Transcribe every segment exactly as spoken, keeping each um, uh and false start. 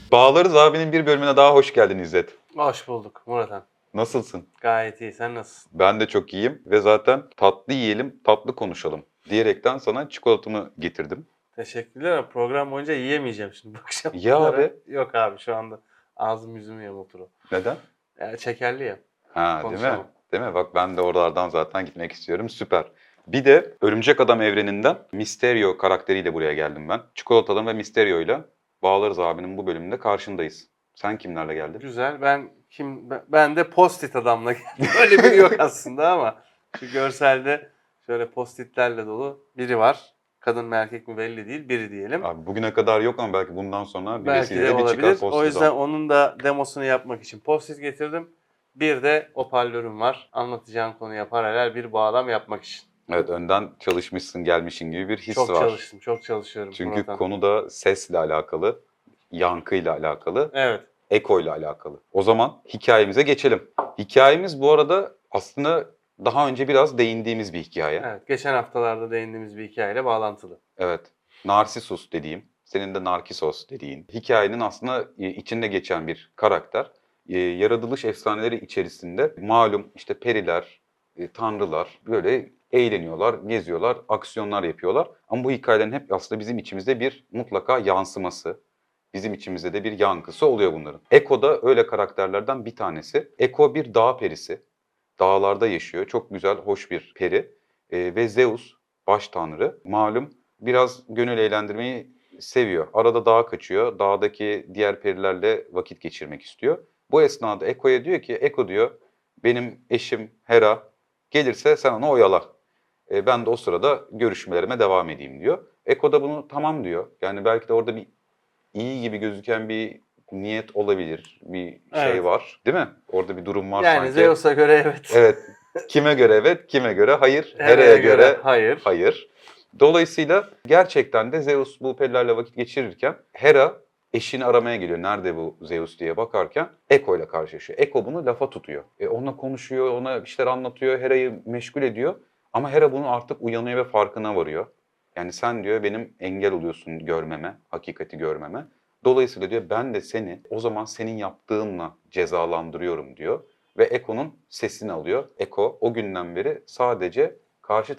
Bağlarız abinin bir bölümüne daha hoş geldin İzzet. Hoş bulduk Murat'ım. Nasılsın? Gayet iyi. Sen nasılsın? Ben de çok iyiyim ve zaten tatlı yiyelim, tatlı konuşalım diyerekten sana çikolatamı getirdim. Teşekkürler ama program boyunca yiyemeyeceğim şimdi bu akşam. Ya abi. Yok abi şu anda ağzım yüzümü yamultur o. Neden? Yani şekerli ya. Ha, değil mi? Konuşamam. Değil mi? Bak ben de oralardan zaten gitmek istiyorum. Süper. Bir de Örümcek Adam evreninden Mysterio karakteriyle buraya geldim ben. Çikolatalı ve Mysterio ile Bağlarız abinin bu bölümünde karşındayız. Sen kimlerle geldin? Güzel. Ben kim ben- ben de post-it adamla geldim. Öyle biri yok aslında ama şu görselde şöyle post-itlerle dolu biri var. Kadın mı erkek mi belli değil. Biri diyelim. Abi bugüne kadar yok ama belki bundan sonra bir Belki vesileyle de bir çıkar olabilir. post O yüzden onun da demosunu yapmak için post-it getirdim. Bir de hoparlörüm var. Anlatacağım konuya paralel bir bağlam yapmak için. Evet, önden çalışmışsın, gelmişin gibi bir his Çok var. çalıştım, çok çalışıyorum. Çünkü Murat Han. konu da sesle alakalı, yankıyla alakalı, Evet. ekoyla alakalı. O zaman hikayemize geçelim. Hikayemiz bu arada aslında daha önce biraz değindiğimiz bir hikaye. Evet. Geçen haftalarda değindiğimiz bir hikayeyle bağlantılı. Evet. Narsisus dediğim, senin de Narkisos dediğin hikayenin aslında e, içinde geçen bir karakter. E, Yaratılış efsaneleri içerisinde malum işte periler, e, tanrılar böyle eğleniyorlar, geziyorlar, aksiyonlar yapıyorlar. Ama bu hikayelerin hep aslında bizim içimizde bir mutlaka yansıması, bizim içimizde de bir yankısı oluyor bunların. Eko da öyle karakterlerden bir tanesi. Eko bir dağ perisi. Dağlarda yaşıyor. Çok güzel, hoş bir peri. E, ve Zeus, baş tanrı, malum biraz gönül eğlendirmeyi seviyor. Arada dağa kaçıyor. Dağdaki diğer perilerle vakit geçirmek istiyor. Bu esnada Eko'ya diyor ki, Eko diyor, benim eşim Hera gelirse sen onu oyala. E, ben de o sırada görüşmelerime devam edeyim diyor. Eko da bunu tamam diyor. Yani belki de orada bir iyi gibi gözüken bir niyet olabilir. Bir şey Evet. var, değil mi? Orada bir durum var Yani sanki. Zeus'a göre evet. Evet. Kime göre evet, kime göre hayır. Hera'ya Hera'ya göre, göre hayır. hayır. Dolayısıyla gerçekten de Zeus bu perilerle vakit geçirirken Hera eşini aramaya geliyor. Nerede bu Zeus diye bakarken Eko ile karşılaşıyor. Eko bunu lafa tutuyor. E, onunla konuşuyor, ona bir şeyler anlatıyor, Hera'yı meşgul ediyor. Ama Hera bunu artık uyanıyor ve farkına varıyor. Yani sen diyor benim engel oluyorsun görmeme, hakikati görmeme. Dolayısıyla diyor ben de seni o zaman senin yaptığınla cezalandırıyorum diyor. Ve Eko'nun sesini alıyor. Eko o günden beri sadece karşı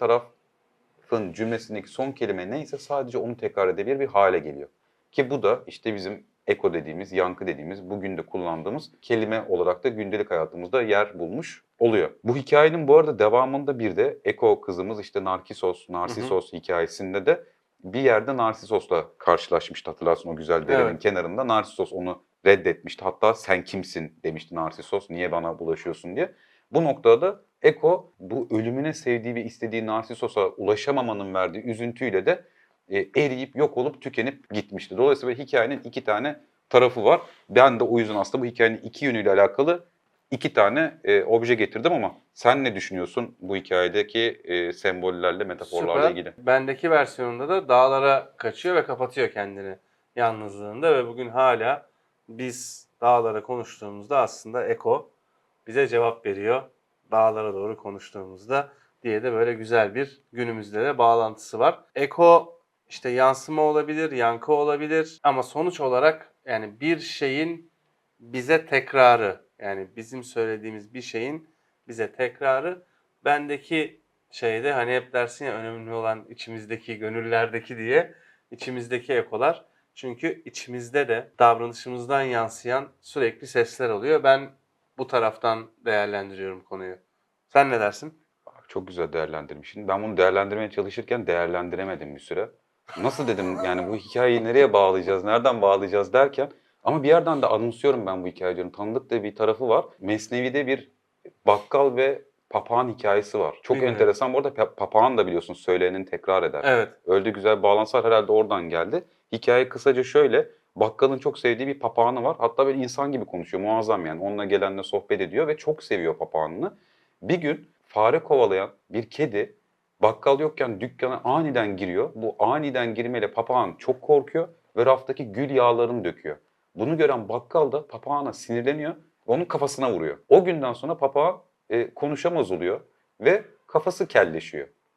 tarafın cümlesindeki son kelime neyse sadece onu tekrar edebilir bir hale geliyor. Ki bu da işte bizim eko dediğimiz, yankı dediğimiz, bugün de kullandığımız kelime olarak da gündelik hayatımızda yer bulmuş oluyor. Bu hikayenin bu arada devamında bir de Eko kızımız işte Narkisos, Narsisos hikayesinde de bir yerde Narsisos'la karşılaşmıştı hatırlarsın o güzel derenin Evet. kenarında. Narsisos onu reddetmişti. Hatta sen kimsin demişti Narsisos, niye bana bulaşıyorsun diye. Bu noktada Eko bu ölümüne sevdiği ve istediği Narsisos'a ulaşamamanın verdiği üzüntüyle de e, eriyip yok olup tükenip gitmişti. Dolayısıyla hikayenin iki tane tarafı var. Ben de o yüzden aslında bu hikayenin iki yönüyle alakalı iki tane e, obje getirdim ama sen ne düşünüyorsun bu hikayedeki e, sembollerle, metaforlarla Süper. ilgili? Bendeki versiyonunda da dağlara kaçıyor ve kapatıyor kendini yalnızlığında ve bugün hala biz dağlara konuştuğumuzda aslında Eko bize cevap veriyor. Dağlara doğru konuştuğumuzda diye de böyle güzel bir günümüzde de bağlantısı var. Eko işte yansıma olabilir, yankı olabilir ama sonuç olarak yani bir şeyin bize tekrarı, yani bizim söylediğimiz bir şeyin bize tekrarı. Bendeki şeyde hani hep dersin ya önemli olan içimizdeki, gönüllerdeki diye, içimizdeki ekolar. Çünkü içimizde de davranışımızdan yansıyan sürekli sesler oluyor. Ben bu taraftan değerlendiriyorum konuyu. Sen ne dersin? Bak, çok güzel değerlendirmişsin. Ben bunu değerlendirmeye çalışırken değerlendiremedim bir süre. Nasıl dedim yani bu hikayeyi nereye bağlayacağız, nereden bağlayacağız derken ama bir yerden de anımsıyorum ben bu hikayelerin. Tanıdık da bir tarafı var. Mesnevi'de bir bakkal ve papağan hikayesi var. Çok Bilmiyorum. enteresan. Bu arada pa- papağan da biliyorsun söyleneni tekrar eder. Evet. Öyle de güzel bir bağlantı var. Herhalde oradan geldi. Hikaye kısaca şöyle. Bakkalın çok sevdiği bir papağanı var. Hatta böyle insan gibi konuşuyor. Muazzam yani. Onunla gelenle sohbet ediyor ve çok seviyor papağanını. Bir gün fare kovalayan bir kedi bakkal yokken dükkana aniden giriyor. Bu aniden girmeyle papağan çok korkuyor ve raftaki gül yağlarını döküyor. Bunu gören bakkal da papağana sinirleniyor ve onun kafasına vuruyor. O günden sonra papağan e, konuşamaz oluyor ve kafası kelleşiyor.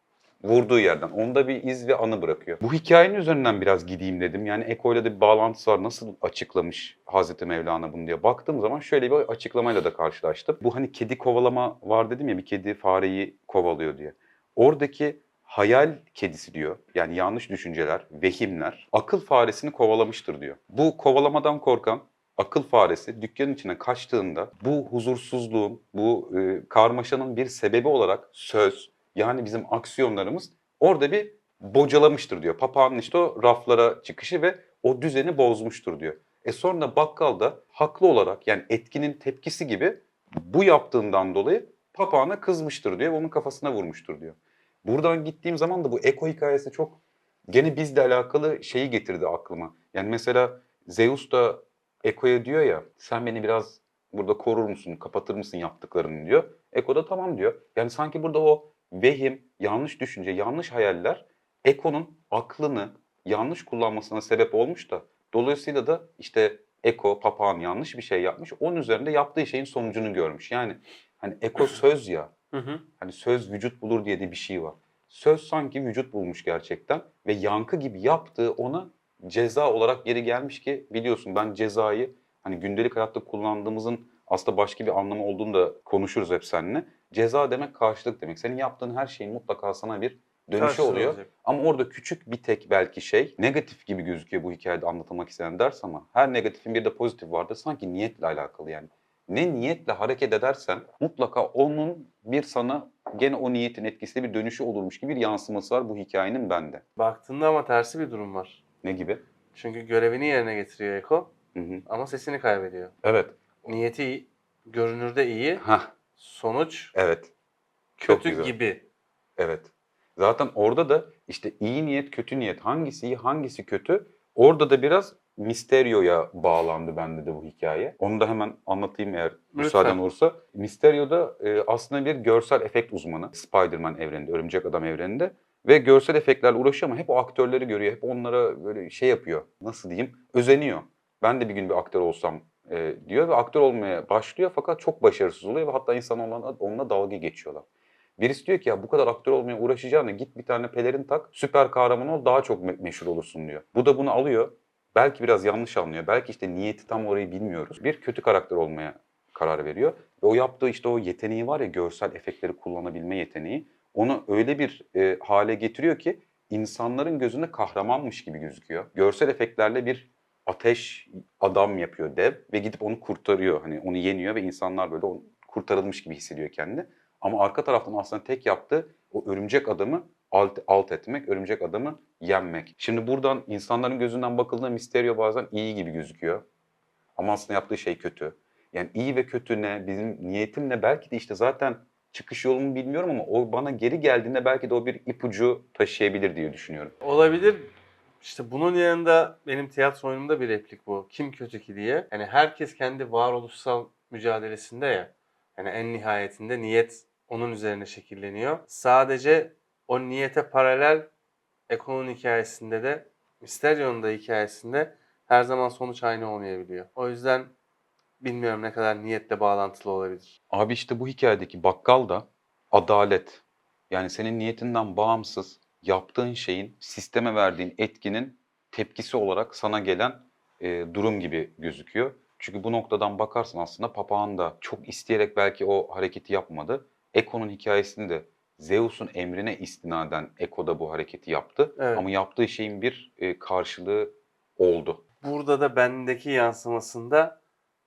Vurduğu yerden. Onda bir iz ve anı bırakıyor. Bu hikayenin üzerinden biraz gideyim dedim. Yani Eko ile de bir bağlantısı var. Nasıl açıklamış Hazreti Mevlana bunu diye baktığım zaman şöyle bir açıklamayla da karşılaştım. Bu hani kedi kovalama var dedim ya, bir kedi fareyi kovalıyor diye. Oradaki hayal kedisi diyor. Yani yanlış düşünceler, vehimler akıl faresini kovalamıştır diyor. Bu kovalamadan korkan akıl faresi dükkanın içine kaçtığında bu huzursuzluğun, bu e, karmaşanın bir sebebi olarak söz, yani bizim aksiyonlarımız orada bir bocalamıştır diyor. Papağanın işte o raflara çıkışı ve o düzeni bozmuştur diyor. E sonra bakkal da haklı olarak, yani etkinin tepkisi gibi, bu yaptığından dolayı papağana kızmıştır diyor. Onun kafasına vurmuştur diyor. Buradan gittiğim zaman da bu Eko hikayesi çok gene bizle alakalı şeyi getirdi aklıma. Yani mesela Zeus da Eko'ya diyor ya, sen beni biraz burada korur musun, kapatır mısın yaptıklarını diyor. Eko da tamam diyor. Yani sanki burada o vehim, yanlış düşünce, yanlış hayaller Eko'nun aklını yanlış kullanmasına sebep olmuş da dolayısıyla da işte Eko, papağan yanlış bir şey yapmış. Onun üzerinde yaptığı şeyin sonucunu görmüş. Yani hani Eko söz ya, Hı hı. hani söz vücut bulur diye de bir şey var. Söz sanki vücut bulmuş gerçekten ve yankı gibi yaptığı ona ceza olarak geri gelmiş ki biliyorsun ben cezayı hani gündelik hayatta kullandığımızın aslında başka bir anlamı olduğunu da konuşuruz hep seninle. Ceza demek karşılık demek. Senin yaptığın her şeyin mutlaka sana bir dönüşü Karşılığı oluyor. olacak. Ama orada küçük bir tek belki şey negatif gibi gözüküyor bu hikayede anlatılmak istenen ders ama her negatifin bir de pozitif vardır. Sanki niyetle alakalı yani. Ne niyetle hareket edersen mutlaka onun bir sana gene o niyetin etkisiyle bir dönüşü olurmuş gibi bir yansıması var bu hikayenin bende. Baktığında ama tersi bir durum var. Ne gibi? Çünkü görevini yerine getiriyor Eko Hı hı. ama sesini kaybediyor. Evet. Niyeti iyi, görünürde iyi, Hah, sonuç evet. Çok kötü güzel. gibi. Evet. Zaten orada da işte iyi niyet, kötü niyet, hangisi iyi, hangisi kötü? Orada da biraz Mysterio'ya bağlandı bende de bu hikaye. Onu da hemen anlatayım eğer müsaaden Lütfen. olursa. Mysterio da e, aslında bir görsel efekt uzmanı. Spider-Man evreninde, Örümcek Adam evreninde. Ve görsel efektlerle uğraşıyor ama hep o aktörleri görüyor. Hep onlara böyle şey yapıyor. Nasıl diyeyim? Özeniyor. Ben de bir gün bir aktör olsam e, diyor ve aktör olmaya başlıyor fakat çok başarısız oluyor ve hatta insan onunla, onunla dalga geçiyorlar. Birisi diyor ki ya bu kadar aktör olmaya uğraşacağına git bir tane pelerin tak, süper kahraman ol, daha çok me- meşhur olursun diyor. Bu da bunu alıyor. Belki biraz yanlış anlıyor. Belki işte niyeti tam orayı bilmiyoruz. Bir kötü karakter olmaya karar veriyor. Ve o yaptığı işte o yeteneği var ya, görsel efektleri kullanabilme yeteneği. Onu öyle bir e, hale getiriyor ki insanların gözünde kahramanmış gibi gözüküyor. Görsel efektlerle bir ateş adam yapıyor dev ve gidip onu kurtarıyor. Hani onu yeniyor ve insanlar böyle onu kurtarılmış gibi hissediyor kendini. Ama arka taraftan aslında tek yaptığı o örümcek adamı alt, alt etmek, örümcek adamı yenmek. Şimdi buradan insanların gözünden bakıldığında Mysterio bazen iyi gibi gözüküyor. Ama aslında yaptığı şey kötü. Yani iyi ve kötü ne, bizim niyetim ne, belki de işte zaten çıkış yolumu bilmiyorum ama o bana geri geldiğinde belki de o bir ipucu taşıyabilir diye düşünüyorum. Olabilir. İşte bunun yanında benim tiyatro oyunumda bir replik bu. Kim kötü ki diye. Yani herkes kendi varoluşsal mücadelesinde ya. Yani en nihayetinde niyet onun üzerine şekilleniyor. Sadece o niyete paralel Eko'nun hikayesinde de Mysterio'nun da hikayesinde her zaman sonuç aynı olmayabiliyor. O yüzden bilmiyorum ne kadar niyetle bağlantılı olabilir. Abi işte bu hikayedeki bakkal da adalet. Yani senin niyetinden bağımsız yaptığın şeyin, sisteme verdiğin etkinin tepkisi olarak sana gelen e, durum gibi gözüküyor. Çünkü bu noktadan bakarsan aslında papağan da çok isteyerek belki o hareketi yapmadı. Eko'nun hikayesinde Zeus'un emrine istinaden Eko da bu hareketi yaptı. Evet. Ama yaptığı şeyin bir e, karşılığı oldu. Burada da bendeki yansımasında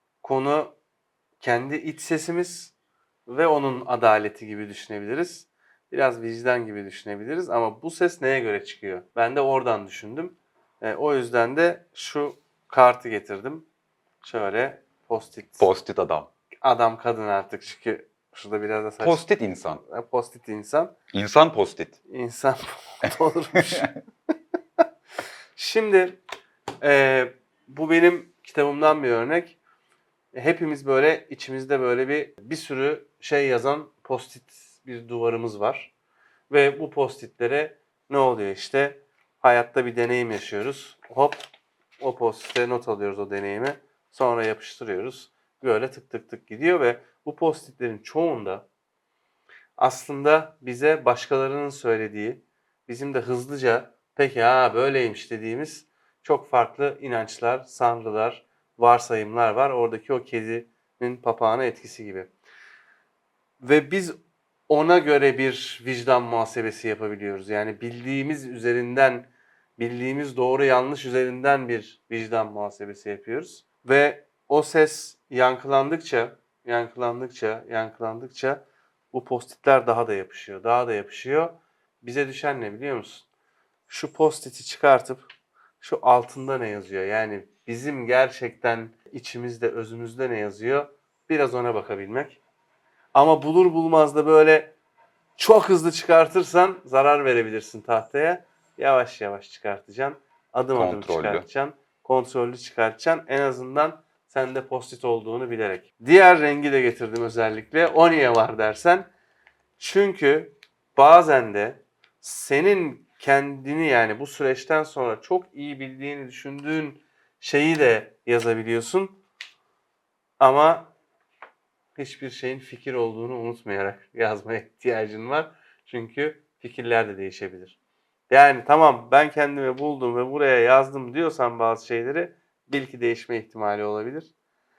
konu kendi iç sesimiz ve onun adaleti gibi düşünebiliriz. Biraz vicdan gibi düşünebiliriz ama bu ses neye göre çıkıyor? Ben de oradan düşündüm. E, o yüzden de şu kartı getirdim. Şöyle post-it. Post-it adam. Adam kadın artık çünkü şurada biraz da saç. Post-it insan. E, Post-it insan. İnsan post-it. İnsan olurmuş. Şimdi e, bu benim kitabımdan bir örnek. Hepimiz böyle içimizde böyle bir bir sürü şey yazan post-it bir duvarımız var. Ve bu post-itlere ne oluyor işte? Hayatta bir deneyim yaşıyoruz. Hop o post-it'e not alıyoruz o deneyimi. Sonra yapıştırıyoruz. Böyle tık tık tık gidiyor ve bu post-itlerin çoğunda aslında bize başkalarının söylediği bizim de hızlıca peki ha böyleymiş dediğimiz çok farklı inançlar, sanrılar, varsayımlar var. Oradaki o kedinin papağana etkisi gibi. Ve biz ona göre bir vicdan muhasebesi yapabiliyoruz. Yani bildiğimiz üzerinden, bildiğimiz doğru yanlış üzerinden bir vicdan muhasebesi yapıyoruz. Ve o ses yankılandıkça, yankılandıkça, yankılandıkça bu postitler daha da yapışıyor, daha da yapışıyor. Bize düşen ne biliyor musun? Şu postiti çıkartıp şu altında ne yazıyor? Yani bizim gerçekten içimizde, özümüzde ne yazıyor? Biraz ona bakabilmek. Ama bulur bulmaz da böyle çok hızlı çıkartırsan zarar verebilirsin tahtaya. Yavaş yavaş çıkartacaksın. Adım adım Kontrollü. çıkartacaksın. Kontrollü çıkartacaksın. En azından sende postit olduğunu bilerek. Diğer rengi de getirdim özellikle. O niye var dersen. Çünkü bazen de senin kendini yani bu süreçten sonra çok iyi bildiğini düşündüğün şeyi de yazabiliyorsun. Ama hiçbir şeyin fikir olduğunu unutmayarak yazmaya ihtiyacın var. Çünkü fikirler de değişebilir. Yani tamam ben kendimi buldum ve buraya yazdım diyorsan bazı şeyleri bil ki değişme ihtimali olabilir.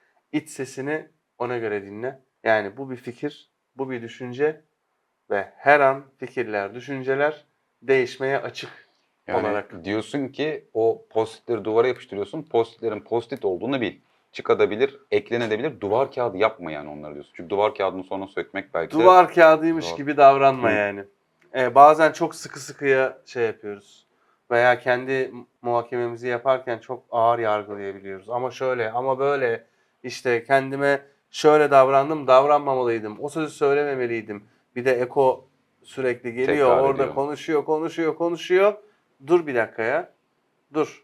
İç sesini ona göre dinle. Yani bu bir fikir, bu bir düşünce ve her an fikirler, düşünceler değişmeye açık Yani olarak. diyorsun ki o postitleri duvara yapıştırıyorsun. Postitlerin postit olduğunu bil. Çıkabilir, eklenebilir. Duvar kağıdı yapma yani onları diyorsun. Çünkü duvar kağıdını sonra sökmek belki de Duvar kağıdıymış zor. gibi davranma Hı. yani. Ee, bazen çok sıkı sıkıya şey yapıyoruz. Veya kendi muhakememizi yaparken çok ağır yargılayabiliyoruz. Ama şöyle, ama böyle işte kendime şöyle davrandım, davranmamalıydım. O sözü söylememeliydim. Bir de eko sürekli geliyor, Tekrar orada ediyor. konuşuyor, konuşuyor, konuşuyor. Dur bir dakika ya. Dur.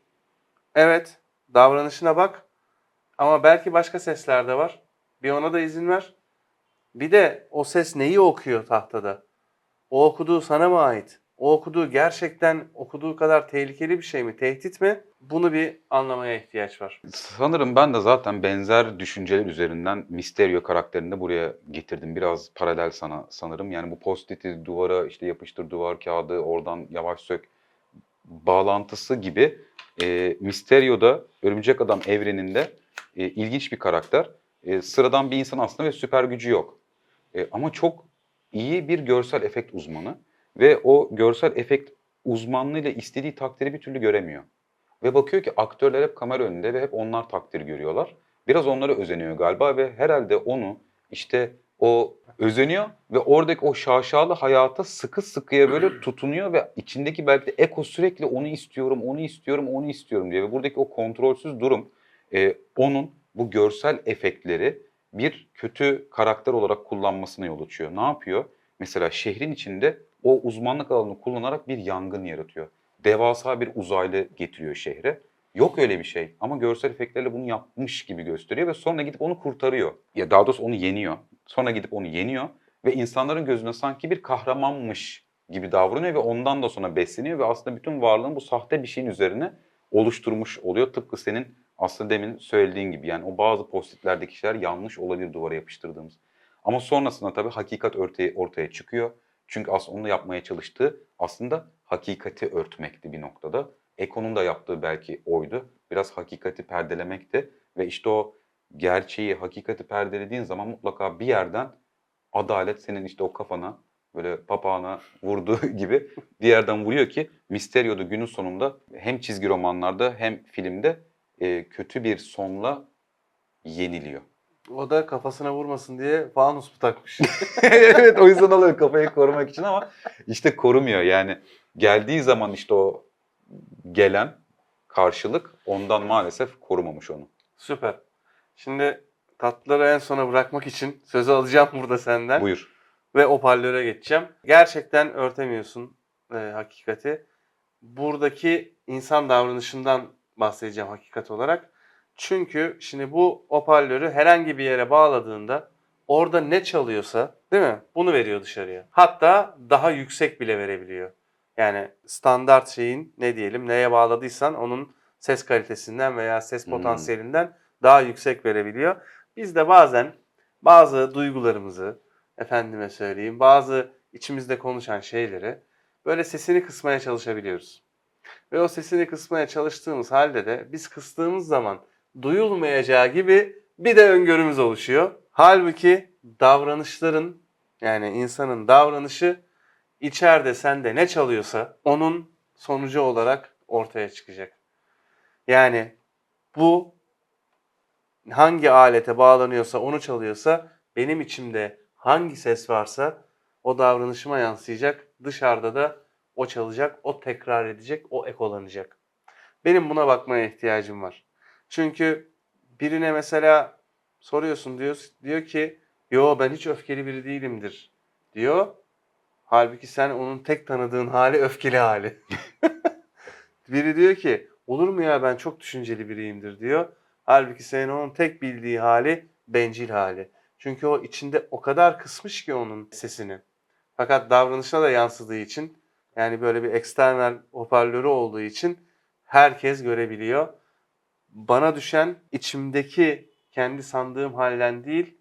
Evet, davranışına bak. Ama belki başka sesler de var. Bir ona da izin ver. Bir de o ses neyi okuyor tahtada? O okuduğu sana mı ait? O okuduğu gerçekten okuduğu kadar tehlikeli bir şey mi? Tehdit mi? Bunu bir anlamaya ihtiyaç var. Sanırım ben de zaten benzer düşünceler üzerinden Mysterio karakterini de buraya getirdim. Biraz paralel sana sanırım. Yani bu post-it'i duvara işte yapıştır, duvar kağıdı, oradan yavaş sök bağlantısı gibi e, Mysterio'da Örümcek Adam evreninde e, ilginç bir karakter. E, sıradan bir insan aslında ve süper gücü yok. E, ama çok iyi bir görsel efekt uzmanı ve o görsel efekt uzmanlığıyla istediği takdiri bir türlü göremiyor. Ve bakıyor ki aktörler hep kamera önünde ve hep onlar takdir görüyorlar. Biraz onlara özeniyor galiba ve herhalde onu işte o özeniyor ve oradaki o şaşalı hayata sıkı sıkıya böyle tutunuyor ve içindeki belki de eko sürekli onu istiyorum, onu istiyorum, onu istiyorum diyor. Ve buradaki o kontrolsüz durum e, onun bu görsel efektleri bir kötü karakter olarak kullanmasına yol açıyor. Ne yapıyor? Mesela şehrin içinde o uzmanlık alanını kullanarak bir yangın yaratıyor. Devasa bir uzaylı getiriyor şehre. Yok öyle bir şey ama görsel efektlerle bunu yapmış gibi gösteriyor ve sonra gidip onu kurtarıyor. Ya daha doğrusu onu yeniyor. Sonra gidip onu yeniyor ve insanların gözünde sanki bir kahramanmış gibi davranıyor ve ondan da sonra besleniyor ve aslında bütün varlığını bu sahte bir şeyin üzerine oluşturmuş oluyor. Tıpkı senin aslında demin söylediğin gibi yani o bazı postitlerdeki şeyler yanlış olabilir duvara yapıştırdığımız. Ama sonrasında tabii hakikat ortaya, ortaya çıkıyor. Çünkü aslında onu yapmaya çalıştığı aslında hakikati örtmekti bir noktada. Eko'nun da yaptığı belki oydu. Biraz hakikati perdelemekti ve işte o gerçeği, hakikati perdelediğin zaman mutlaka bir yerden adalet senin işte o kafana böyle papağana vurduğu gibi bir yerden vuruyor ki Mysterio'da günün sonunda hem çizgi romanlarda hem filmde e, kötü bir sonla yeniliyor. O da kafasına vurmasın diye fanus mu takmış? Evet o yüzden alıyor kafayı korumak için ama işte korumuyor yani geldiği zaman işte o gelen karşılık ondan maalesef korumamış onu. Süper. Şimdi tatlıları en sona bırakmak için sözü alacağım burada senden. Buyur. Ve hoparlöre geçeceğim. Gerçekten örtemiyorsun e, hakikati. Buradaki insan davranışından bahsedeceğim hakikat olarak. Çünkü şimdi bu hoparlörü herhangi bir yere bağladığında orada ne çalıyorsa değil mi? Bunu veriyor dışarıya. Hatta daha yüksek bile verebiliyor. Yani standart şeyin ne diyelim neye bağladıysan onun ses kalitesinden veya ses Hmm. potansiyelinden daha yüksek verebiliyor. Biz de bazen bazı duygularımızı efendime söyleyeyim bazı içimizde konuşan şeyleri böyle sesini kısmaya çalışabiliyoruz. Ve o sesini kısmaya çalıştığımız halde de biz kıstığımız zaman duyulmayacağı gibi bir de öngörümüz oluşuyor. Halbuki davranışların, yani insanın davranışı içeride sende ne çalıyorsa onun sonucu olarak ortaya çıkacak. Yani bu hangi alete bağlanıyorsa, onu çalıyorsa, benim içimde hangi ses varsa o davranışıma yansıyacak. Dışarıda da o çalacak, o tekrar edecek, o ekolanacak. Benim buna bakmaya ihtiyacım var. Çünkü birine mesela soruyorsun, diyor, diyor ki yo ben hiç öfkeli biri değilimdir diyor. Halbuki sen onun tek tanıdığın hali öfkeli hali. Biri diyor ki olur mu ya ben çok düşünceli biriyimdir diyor. Halbuki senin onun tek bildiği hali bencil hali. Çünkü o içinde o kadar kısmış ki onun sesini. Fakat davranışına da yansıdığı için, yani böyle bir eksternal hoparlörü olduğu için herkes görebiliyor. Bana düşen içimdeki kendi sandığım halden değil,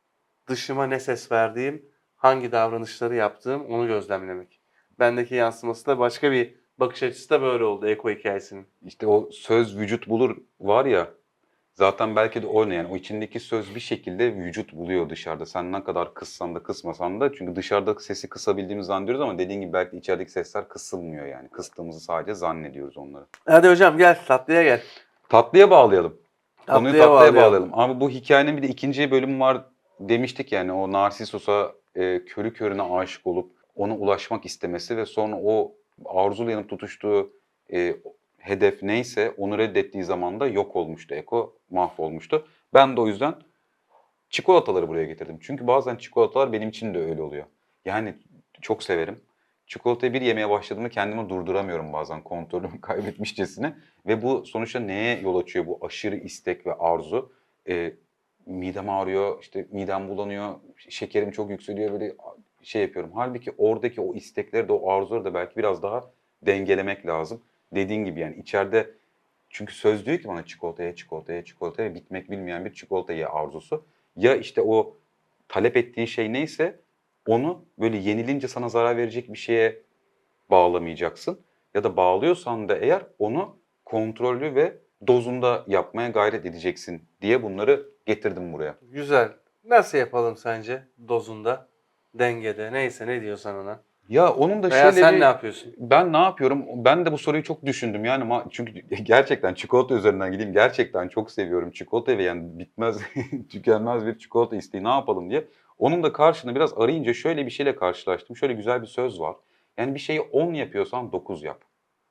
dışıma ne ses verdiğim, hangi davranışları yaptığım onu gözlemlemek. Bendeki yansıması da başka bir bakış açısı da böyle oldu Eko hikayesinin. İşte o söz vücut bulur var ya, zaten belki de o ne yani, o içindeki söz bir şekilde vücut buluyor dışarıda. Sen ne kadar kıssan da kısmasan da, çünkü dışarıdaki sesi kısabildiğimizi zannediyoruz ama dediğin gibi belki içerideki sesler kısılmıyor yani. Kıstığımızı sadece zannediyoruz onları. Hadi hocam gel tatlıya gel. Tatlıya bağlayalım. Konuyu Tatlıya tatlıya bağlayalım. bağlayalım. Ama bu hikayenin bir de ikinci bölümü var demiştik yani, o Narsisos'a e, körü körüne aşık olup ona ulaşmak istemesi ve sonra o arzulayanıp tutuştuğu e, hedef neyse onu reddettiği zaman da yok olmuştu Eko, mahvolmuştu. Ben de o yüzden çikolataları buraya getirdim. Çünkü bazen çikolatalar benim için de öyle oluyor. Yani çok severim. Çikolatayı bir yemeye başladığımda kendimi durduramıyorum bazen, kontrolümü kaybetmişçesine. Ve bu sonuçta neye yol açıyor, bu aşırı istek ve arzu? Ee, midem ağrıyor, işte midem bulanıyor, şekerim çok yükseliyor, böyle şey yapıyorum. Halbuki oradaki o istekleri de o arzuları da belki biraz daha dengelemek lazım. Dediğin gibi yani içeride, çünkü söz diyor ki bana çikolataya, çikolataya, çikolataya, bitmek bilmeyen bir çikolata ye arzusu. Ya işte o talep ettiğin şey neyse onu böyle yenilince sana zarar verecek bir şeye bağlamayacaksın. Ya da bağlıyorsan da eğer onu kontrollü ve dozunda yapmaya gayret edeceksin diye bunları getirdim buraya. Güzel. Nasıl yapalım sence? Dozunda, dengede, neyse ne diyorsan ona. Ya onun da Veya şöyle sen bir... ne yapıyorsun? Ben ne yapıyorum? Ben de bu soruyu çok düşündüm yani, ama çünkü gerçekten çikolata üzerinden gideyim. Gerçekten çok seviyorum çikolatayı ve yani bitmez, tükenmez bir çikolata isteği, ne yapalım diye. Onun da karşını biraz arayınca şöyle bir şeyle karşılaştım. Şöyle güzel bir söz var. Yani bir şeyi on yapıyorsan dokuz yap.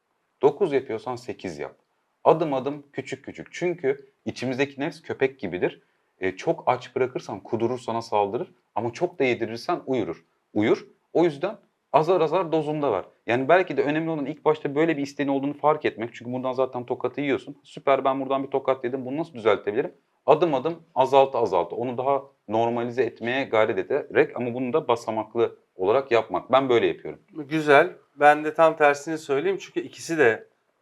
dokuz yapıyorsan sekiz yap. Adım adım, küçük küçük. Çünkü içimizdeki nefs köpek gibidir. E, çok aç bırakırsan kudurur, sana saldırır. Ama çok da yedirirsen uyurur. Uyur. O yüzden azar azar dozunda ver. Yani belki de önemli olan ilk başta böyle bir isteğin olduğunu fark etmek. Çünkü buradan zaten tokatı yiyorsun. Süper, ben buradan bir tokat yedim. Bunu nasıl düzeltebilirim? Adım adım, azaltı azaltı. Onu daha normalize etmeye gayret ederek, ama bunu da basamaklı olarak yapmak. Ben böyle yapıyorum. Güzel. Ben de tam tersini söyleyeyim. Çünkü ikisi de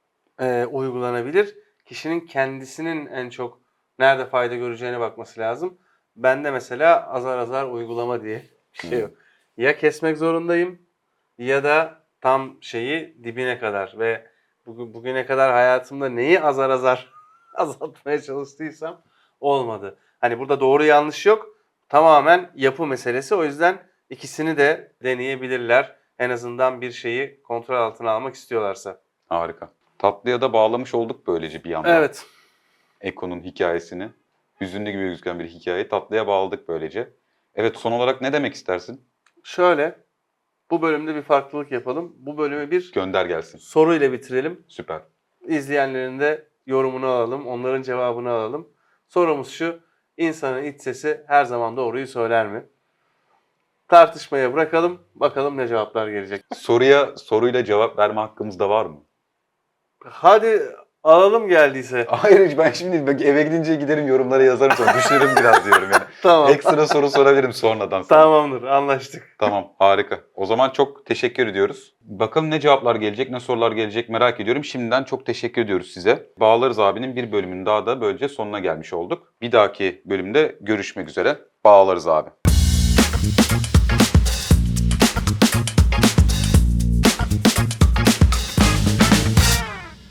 e, uygulanabilir. Kişinin kendisinin en çok nerede fayda göreceğine bakması lazım. Bende mesela azar azar uygulama diye bir şey yok. Ya kesmek zorundayım ya da tam şeyi dibine kadar ve bugün bugüne kadar hayatımda neyi azar azar azaltmaya çalıştıysam olmadı. Hani burada doğru yanlış yok. Tamamen yapı meselesi. O yüzden ikisini de deneyebilirler. En azından bir şeyi kontrol altına almak istiyorlarsa. Harika. Tatlıya da bağlamış olduk böylece bir yandan. Evet. Eko'nun hikayesini. Hüzünlü gibi gözüken bir hikayeyi tatlıya bağladık böylece. Evet, son olarak ne demek istersin? Şöyle, bu bölümde bir farklılık yapalım. Bu bölümü bir Gönder gelsin. soruyla bitirelim. Süper. İzleyenlerin de yorumunu alalım, onların cevabını alalım. Sorumuz şu, insanın iç sesi her zaman doğruyu söyler mi? Tartışmaya bırakalım, bakalım ne cevaplar gelecek. Soruya soruyla cevap verme hakkımız da var mı? Hadi alalım geldiyse. Hayır, ben şimdi bak, eve gidince giderim yorumlara yazarım, sonra düşünürüm biraz diyorum yani. Tamam. Ekstra soru sorabilirim sonradan sana. Tamamdır, anlaştık. Tamam, harika. O zaman çok teşekkür ediyoruz. Bakalım ne cevaplar gelecek, ne sorular gelecek merak ediyorum. Şimdiden çok teşekkür ediyoruz size. Bağlarız abinin bir bölümünün daha da böylece sonuna gelmiş olduk. Bir dahaki bölümde görüşmek üzere. Bağlarız abi.